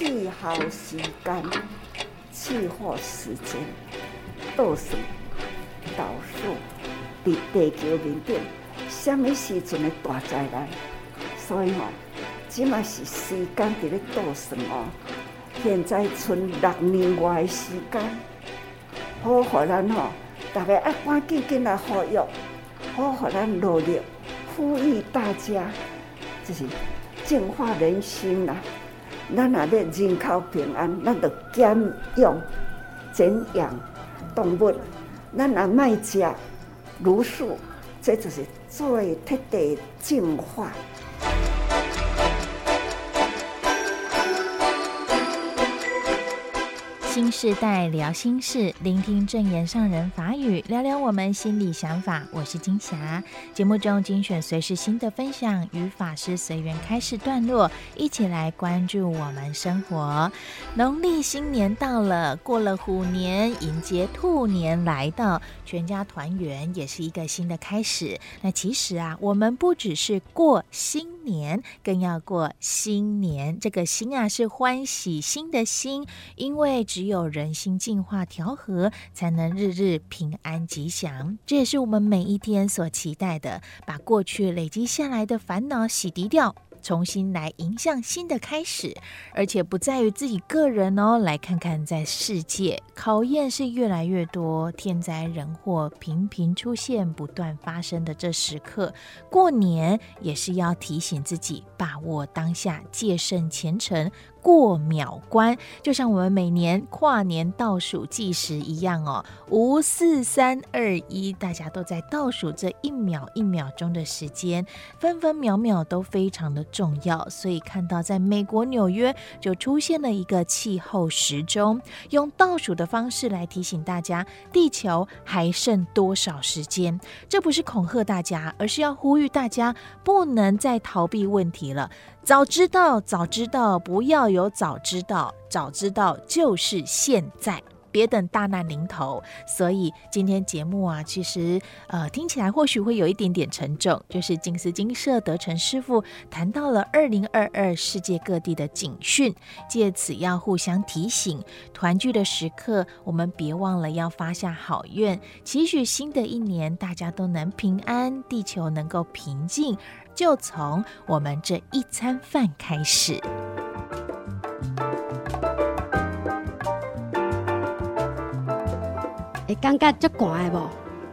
气候时间、气候时间倒算倒数伫地球面顶，什么时阵的大灾难？所以即嘛是时间伫咧倒算哦。现在剩6年外的时间，好互咱大家要赶紧来呼吁，好互咱努力，呼吁大家，就是净化人心啦。咱若要人口平安，咱就减养动物，咱也莫食茹素，这就是最彻底的净化。 新世代聊心事，聆听正言上人法语，聊聊我们心里想法。我是金霞，节目中精选随时新的分享与法师随缘开示段落，一起来关注我们生活。农历新年到了，过了虎年，迎接兔年来到，全家团圆也是一个新的开始。那其实我们不只是过新年，更要过新年。这个新是欢喜心的心，因为只有人心净化调和，才能日日平安吉祥。这也是我们每一天所期待的，把过去累积下来的烦恼洗涤掉，重新来迎向新的开始。而且不在于自己个人来看看在世界考验是越来越多，天灾人祸频频出现，不断发生的这时刻，过年也是要提醒自己把握当下，戒慎虔诚，过秒关，就像我们每年跨年倒数计时一样5、4、3、2、1，大家都在倒数这一秒一秒钟的时间，分分秒秒都非常的重要。所以看到在美国纽约就出现了一个气候时钟，用倒数的方式来提醒大家地球还剩多少时间。这不是恐吓大家，而是要呼吁大家不能再逃避问题了。早知道，早知道，不要有早知道，早知道就是现在，别等大难临头。所以今天节目其实听起来或许会有一点点沉重，就是净思精舍德成师父谈到了2022世界各地的警讯，借此要互相提醒，团聚的时刻我们别忘了要发下好愿，期许新的一年大家都能平安，地球能够平静，就从我们这一餐饭开始。 会感觉足寒的无？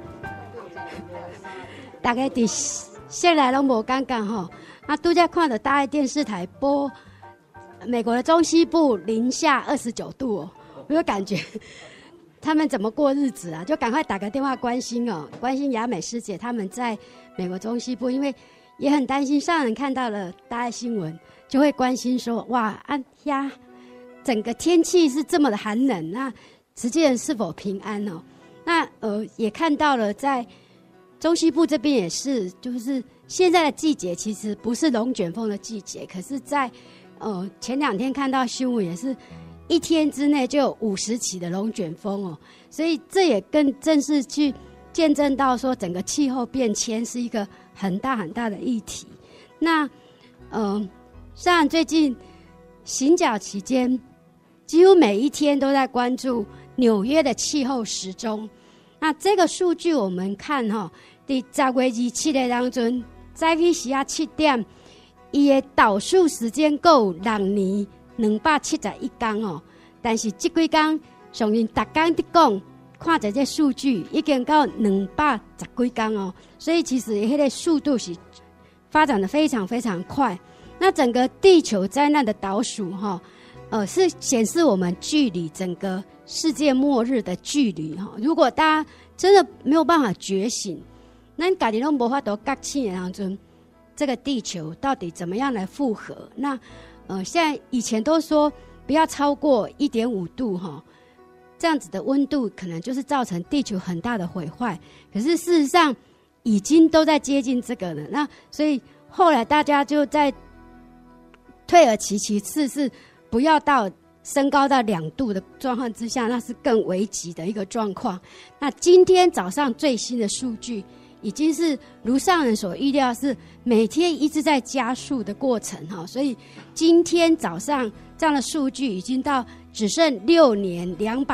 大家伫室内拢无感觉吼。拄则看到大爱电视台播美国的中西部零下29度我就感觉他们怎么过日子就赶快打个电话关心关心雅美师姐他们在美国中西部，因为也很担心上人看到了大爱新闻，就会关心说哇整个天气是这么的寒冷，那慈济人是否平安那也看到了在中西部这边也是，就是现在的季节其实不是龙卷风的季节，可是在前2天看到新闻也是1天之内就有50起的龙卷风所以这也更正式去见证到说整个气候变迁是一个很大很大的议题。那虽然最近行脚期间几乎每一天都在关注纽约的气候时钟，那这个数据我们看在10月27日当中早起时7点，伊的倒数时间够6年271天但是这几天上面每天在讲，看着这数据已经到210几天所以其实那个速度是发展的非常非常快。那整个地球灾难的倒数是显示我们距离整个世界末日的距离如果大家真的没有办法觉醒，那自己都没法度觉醒的当中，这个地球到底怎么样来复合？那现在以前都说不要超过1.5度这样子的温度可能就是造成地球很大的毁坏，可是事实上已经都在接近这个了。那所以后来大家就在退而其次是不要到升高到2度的状况之下，那是更危急的一个状况。那今天早上最新的数据已经是如上人所预料，是每天一直在加速的过程哈。所以今天早上这样的数据已经到只剩6年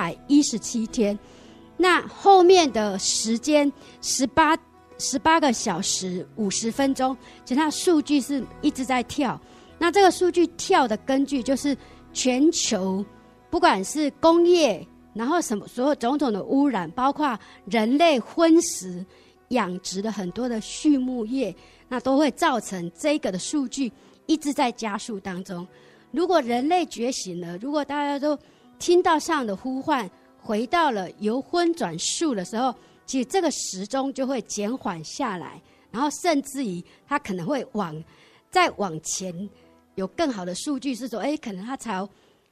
217天，那后面的时间18个小时50分钟，其实它数据是一直在跳。那这个数据跳的根据就是全球不管是工业，然后所有种种的污染，包括人类荤食养殖的很多的畜牧业，那都会造成这个的数据一直在加速当中。如果人类觉醒了，如果大家都听到上的呼唤，回到了由荤转素的时候，其实这个时钟就会减缓下来，然后甚至于它可能会再往前有更好的数据，是说可能它朝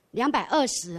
220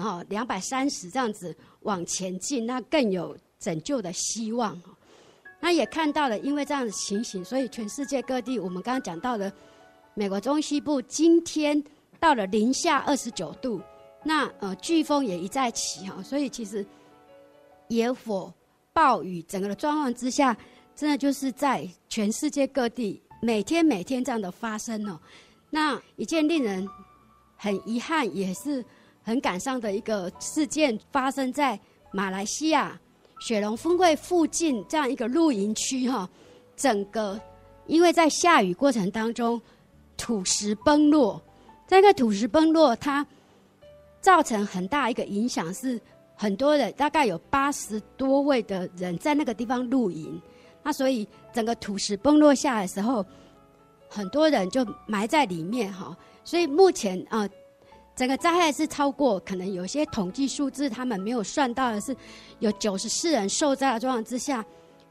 230这样子往前进，那更有拯救的希望。那也看到了，因为这样的情形，所以全世界各地，我们刚刚讲到的美国中西部今天到了零下29度，那飓风也一再起，所以其实野火、暴雨整个的状况之下，真的就是在全世界各地每天这样的发生。那一件令人很遗憾也是很感伤的一个事件，发生在马来西亚雪龙峰会附近这样一个露营区，整个因为在下雨过程当中土石崩落，这个土石崩落它造成很大一个影响，是很多人大概有80多位的人在那个地方露营，那所以整个土石崩落下来的时候，很多人就埋在里面，所以目前整个灾害是超过，可能有些统计数字他们没有算到的是，有94人受灾的状况之下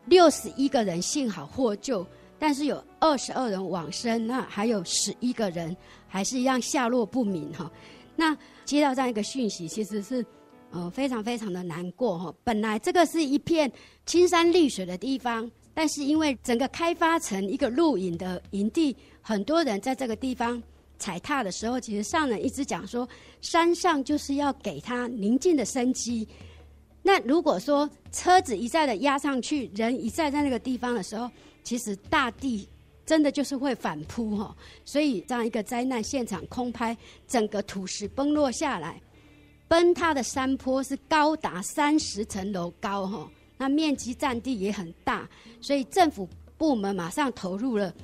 ，61个人幸好获救，但是有22人往生，那还有11个人还是一样下落不明。那接到这样一个讯息，其实是非常非常的难过。本来这个是一片青山绿水的地方，但是因为整个开发成一个露营的营地，很多人在这个地方踩踏的时候，其实上人一直讲说，山上就是要给它宁静的生机。那如果说车子一再的压上去，人一再在那个地方的时候，其实大地真的就是会反扑。所以这样一个灾难现场空拍，整个土石崩落下来，崩塌的山坡是高达30层楼高，那面积占地也很大，所以政府部门马上投入了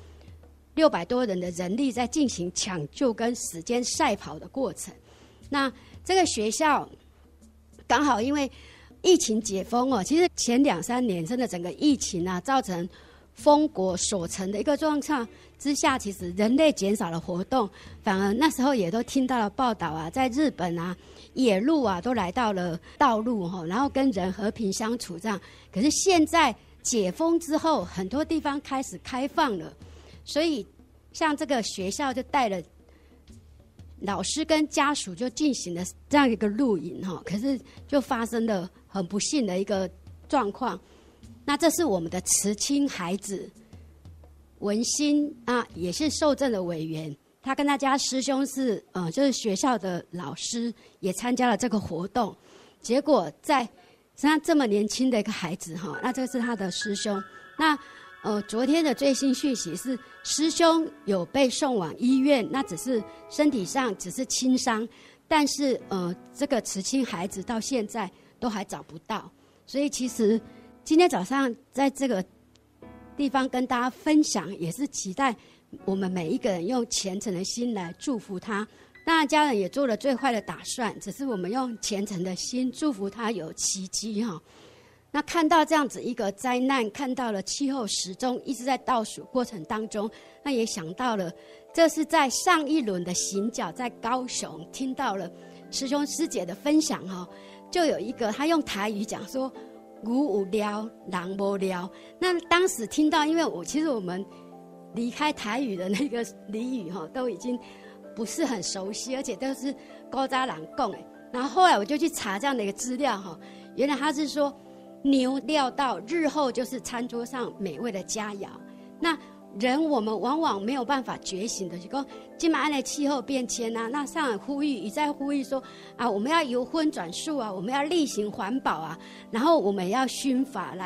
600多人的人力在进行抢救跟时间赛跑的过程。那这个学校刚好因为疫情解封，其实前2-3年真的整个疫情造成封国锁城的一个状况之下，其实人类减少了活动，反而那时候也都听到了报道在日本野鹿都来到了道路，然后跟人和平相处这样。可是现在解封之后，很多地方开始开放了，所以像这个学校就带了老师跟家属就进行了这样一个露营，可是就发生了很不幸的一个状况。那这是我们的慈青孩子文心也是受赠的委员，他跟他家师兄是就是学校的老师，也参加了这个活动。结果在他这么年轻的一个孩子那这是他的师兄。那昨天的最新讯息是师兄有被送往医院，那只是身体上只是轻伤，但是这个慈青孩子到现在都还找不到。所以其实今天早上在这个地方跟大家分享，也是期待我们每一个人用虔诚的心来祝福他。当然家人也做了最坏的打算，只是我们用虔诚的心祝福他有奇迹。那看到这样子一个灾难，看到了气候时钟一直在倒数过程当中，那也想到了这是在上一轮的行脚在高雄听到了师兄师姐的分享，就有一个他用台语讲说牛有料人无料。那当时听到，因为其实我们离开台语的那个俚语都已经不是很熟悉，而且都是古早人讲的。然后后来我就去查这样的一个资料，原来他是说牛料到日后就是餐桌上美味的佳肴。那人我们往往没有办法觉醒的，就说今晚的气候变迁那上海一再呼吁说我们要由荤转素我们要力行环保然后我们要熏法来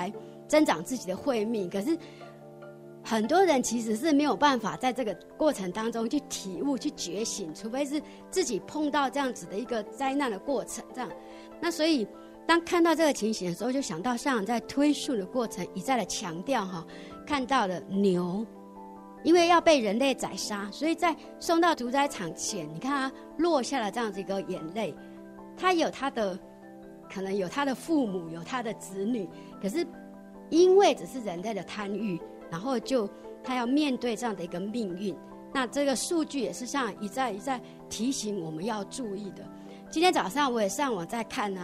增长自己的慧命。可是很多人其实是没有办法在这个过程当中去体悟、去觉醒，除非是自己碰到这样子的一个灾难的过程。这样，那所以当看到这个情形的时候，就想到上人在推述的过程一再的强调看到了牛，因为要被人类宰杀，所以在送到屠宰场前，你看他落下了这样子一个眼泪，他有他的可能有他的父母，有他的子女，可是因为只是人类的贪欲，然后就他要面对这样的一个命运。那这个数据也是上人一再提醒我们要注意的。今天早上我也上网在看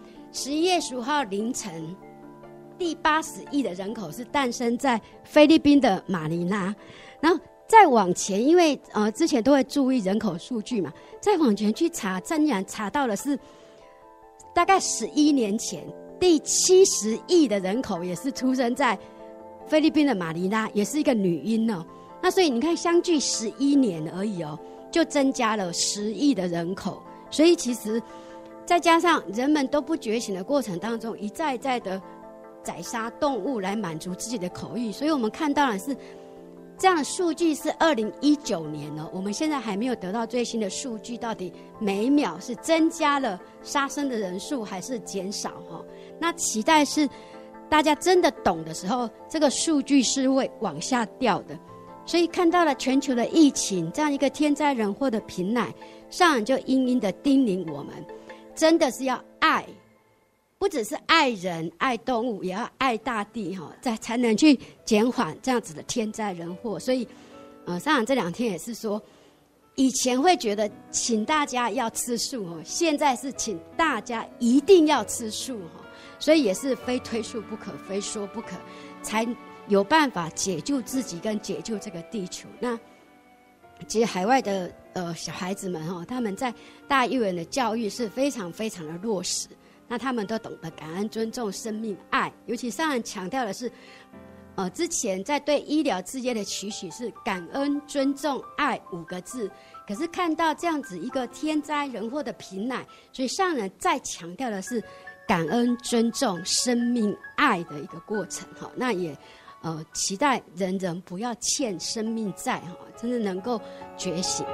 11月15号凌晨，第80亿的人口是诞生在菲律宾的马尼拉。然后再往前，因为之前都会注意人口数据嘛，再往前去查，竟然查到的是大概11年前，第70亿的人口也是出生在菲律宾的马尼拉，也是一个女婴哦。那所以你看，相距11年而已哦，就增加了10亿的人口。所以其实再加上人们都不觉醒的过程当中，一再的宰杀动物来满足自己的口欲，所以我们看到的是这样的数据是2019年了，我们现在还没有得到最新的数据，到底每秒是增加了杀生的人数还是减少那期待是大家真的懂的时候，这个数据是会往下掉的。所以看到了全球的疫情这样一个天灾人祸的贫难，上人就殷殷的叮咛我们，真的是要爱，不只是爱人爱动物，也要爱大地才能去减缓这样子的天灾人祸。所以上人这2天也是说，以前会觉得请大家要吃素现在是请大家一定要吃素所以也是非推素不可，非说不可，才有办法解救自己跟解救这个地球。那其实海外的小孩子们他们在大幼儿园的教育是非常非常的落实，那他们都懂得感恩、尊重、生命、爱。尤其上人强调的是之前在对医疗事业的期许是感恩、尊重、爱5个字，可是看到这样子一个天灾人祸的贫难，所以上人再强调的是感恩、尊重、生命、爱的一个过程那也期待人人不要欠生命债真的能够觉醒。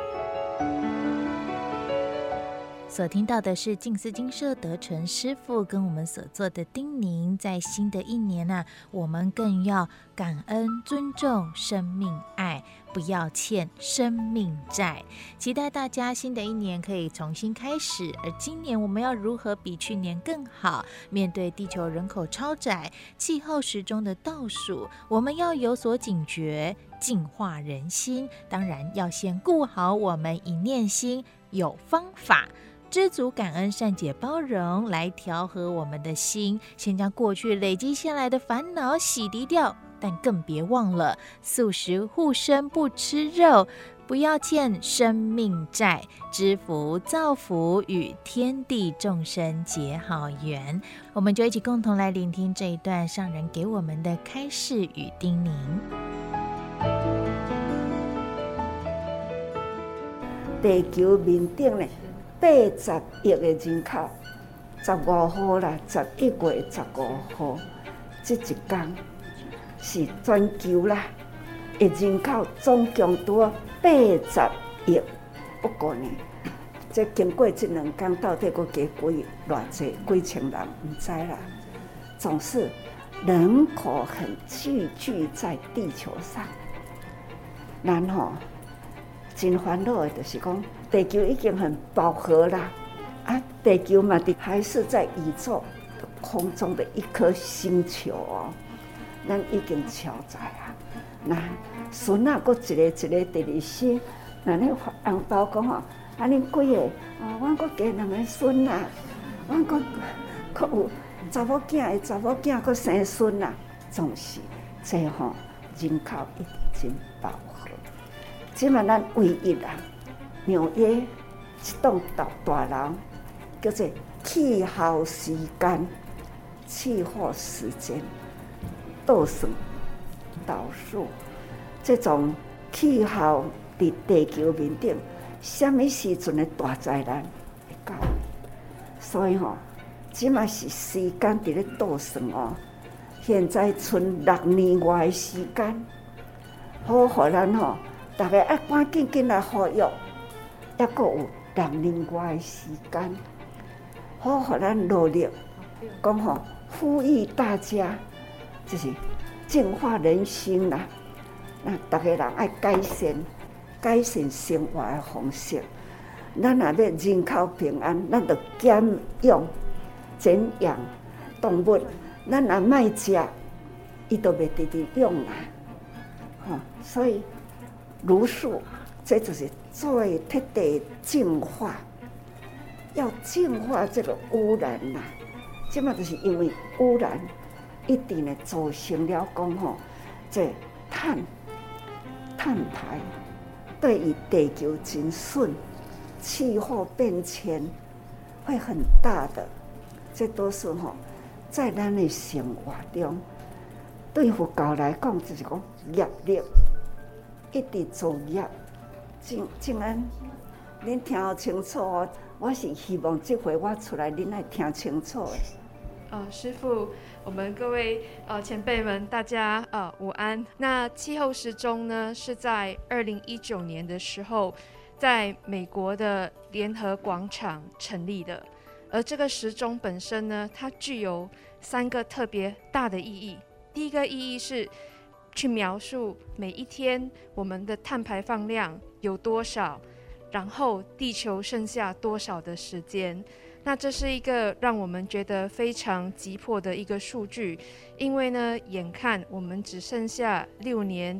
所听到的是静思精舍德纯师父跟我们所做的叮咛，在新的一年我们更要感恩、尊重、生命、爱，不要欠生命债。期待大家新的一年可以重新开始，而今年我们要如何比去年更好？面对地球人口超载、气候时钟的倒数，我们要有所警觉，净化人心。当然要先顾好我们一念心，有方法知足感恩、善解包容，来调和我们的心，先将过去累积下来的烦恼洗涤掉。但更别忘了素食护身，不吃肉，不要欠生命债，知福造福，与天地众生结好缘。我们就一起共同来聆听这一段上人给我们的开示与叮咛。 地球面顶呢80亿的人口，15号啦，11月15号，这一天是全球啦的人口总共多80亿。不过呢，这经过这2天，到底佫加几偌济几千人，唔知啦。总是人口很聚在地球上，然后真烦恼的就是讲，地球已经很饱和啦，地球嘛，还是在宇宙空中的一颗星球咱已经超载啊。那孙啊，佫一个第2生，那你发红包讲恁几个阮佫加2个孙啊，阮佫有查某囝的查某囝佫生孙啊，总是这人口已经真饱和。即嘛咱唯一纽约一栋大楼叫做气候时间，气候时间倒算倒数，这种气候伫地球面顶，什么时阵的大灾难会到？所以即嘛是时间伫咧倒算现在剩6年外的时间，好互咱吼，大家要赶紧来呼吁，还阁有6年外的时间，好互咱努力，讲吼，呼吁大家就是净化人心啦。那大家人爱改善生活的方式。咱若要人口平安，咱就减养动物。咱若卖食，伊就袂直直用啦。所以茹素，这就是最彻底净化，要净化这个污染啦。即嘛就是因为污染，一定会造成了讲吼，这碳排对于地球真损。气候变迁会很大的，这都是在咱的生活中，对佛教来讲就是讲业力，一直做业。静安，恁听清楚哦，我是希望这回我出来，恁爱听清楚的。 师父，我们各位前辈们，大家午安。那气候时钟呢，是在2019年的时候，在美国的联合广场成立的。而这个时钟本身呢，它具有3个特别大的意义。第一个意义是去描述每一天我们的碳排放量有多少，然后地球剩下多少的时间。那这是一个让我们觉得非常急迫的一个数据，因为呢，眼看我们只剩下6年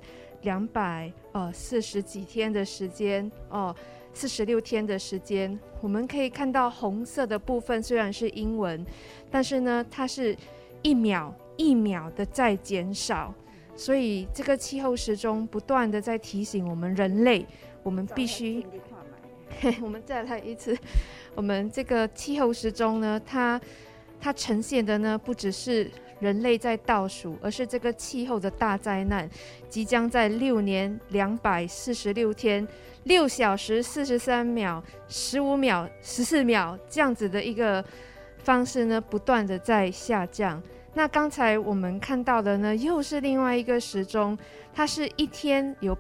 240几天的时间46天的时间。我们可以看到红色的部分虽然是英文，但是呢，它是一秒一秒的在减少。所以这个气候时钟不断的在提醒我们人类，我们必须我们再来一次。我们这个气候时钟呢，它呈现的呢，不只是人类在倒数，而是这个气候的大灾难即将在6年246天6小时43秒15秒14秒这样子的一个方式呢，不断的在下降。那刚才我们看到的呢，又是另外一个时钟，它是一天有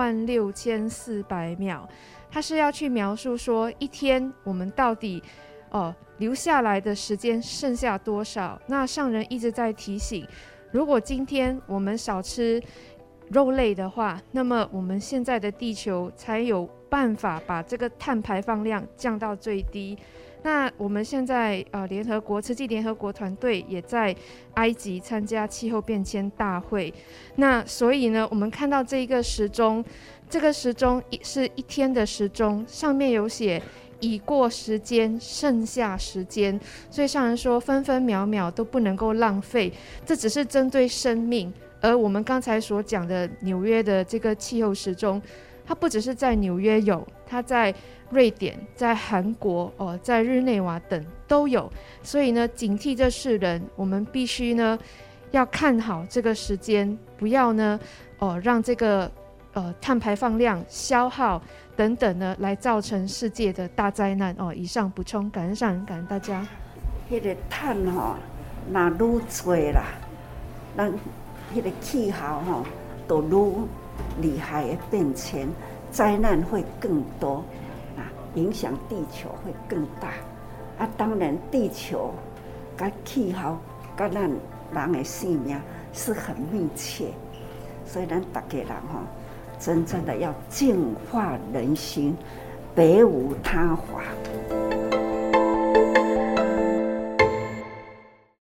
86400秒，它是要去描述说一天我们到底留下来的时间剩下多少。那上人一直在提醒，如果今天我们少吃肉类的话，那么我们现在的地球才有办法把这个碳排放量降到最低。那我们现在慈济联合国团队也在埃及参加气候变迁大会。那所以呢，我们看到这个时钟，这个时钟是一天的时钟，上面有写已过时间，剩下时间。所以上人说分分秒秒都不能够浪费，这只是针对生命。而我们刚才所讲的纽约的这个气候时钟，它不只是在纽约有，它在瑞典、在韩国、在日内瓦等都有。所以呢，警惕这世人，我们必须呢要看好这个时间，不要呢让这个碳排放量消耗等等呢，来造成世界的大灾难。以上补充，感恩上人，感恩大家。 迄个碳那愈多啦，咱迄个气候都愈厉害的变迁，灾难会更多影响地球会更大当然地球跟气候跟咱人的性命是很密切，所以咱大家人真正的要净化人心，别无他法。